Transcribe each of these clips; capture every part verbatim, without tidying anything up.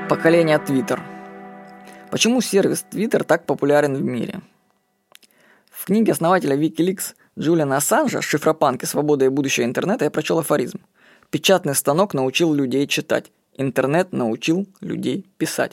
Поколение Twitter. Почему сервис Twitter так популярен в мире? В книге основателя Wikileaks Джулиана Ассанжа «Шифропанки. Свобода и будущее интернета» я прочел афоризм. Печатный станок научил людей читать. Интернет научил людей писать.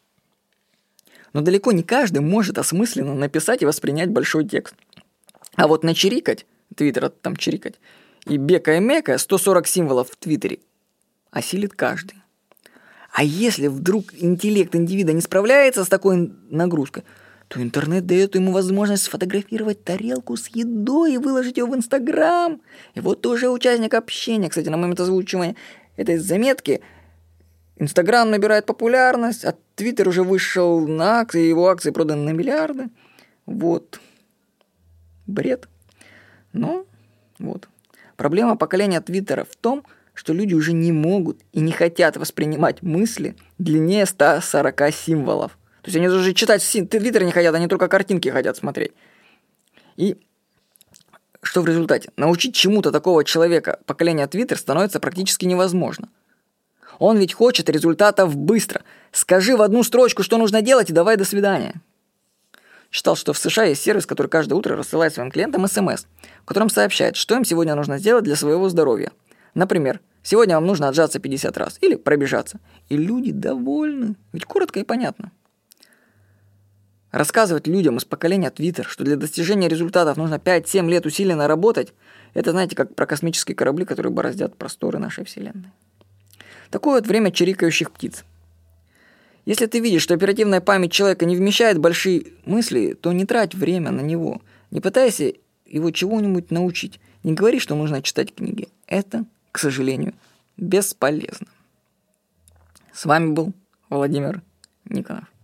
Но далеко не каждый может осмысленно написать и воспринять большой текст. А вот начирикать, Твиттер там чирикать, и бекая-мекая сто сорок символов в Твиттере осилит каждый. А если вдруг интеллект индивида не справляется с такой нагрузкой, то интернет дает ему возможность сфотографировать тарелку с едой и выложить ее в Инстаграм. И вот ты уже участник общения. Кстати, на момент озвучивания этой заметки Инстаграм набирает популярность, а Твиттер уже вышел на акции, его акции проданы на миллиарды. Вот. Бред. Но вот. Проблема поколения Твиттера в том, что люди уже не могут и не хотят воспринимать мысли длиннее ста сорока символов. То есть они даже читать Твиттер не хотят, они только картинки хотят смотреть. И что в результате? Научить чему-то такого человека поколения Твиттер становится практически невозможно. Он ведь хочет результатов быстро. Скажи в одну строчку, что нужно делать, и давай до свидания. Читал, что в США есть сервис, который каждое утро рассылает своим клиентам эс эм эс, в котором сообщает, что им сегодня нужно сделать для своего здоровья. Например, сегодня вам нужно отжаться пятьдесят раз или пробежаться. И люди довольны, ведь коротко и понятно. Рассказывать людям из поколения Twitter, что для достижения результатов нужно пять-семь лет усиленно работать, это, знаете, как про космические корабли, которые бороздят просторы нашей Вселенной. Такое вот время чирикающих птиц. Если ты видишь, что оперативная память человека не вмещает большие мысли, то не трать время на него. Не пытайся его чего-нибудь научить. Не говори, что нужно читать книги. Это, к сожалению, бесполезно. С вами был Владимир Никонов.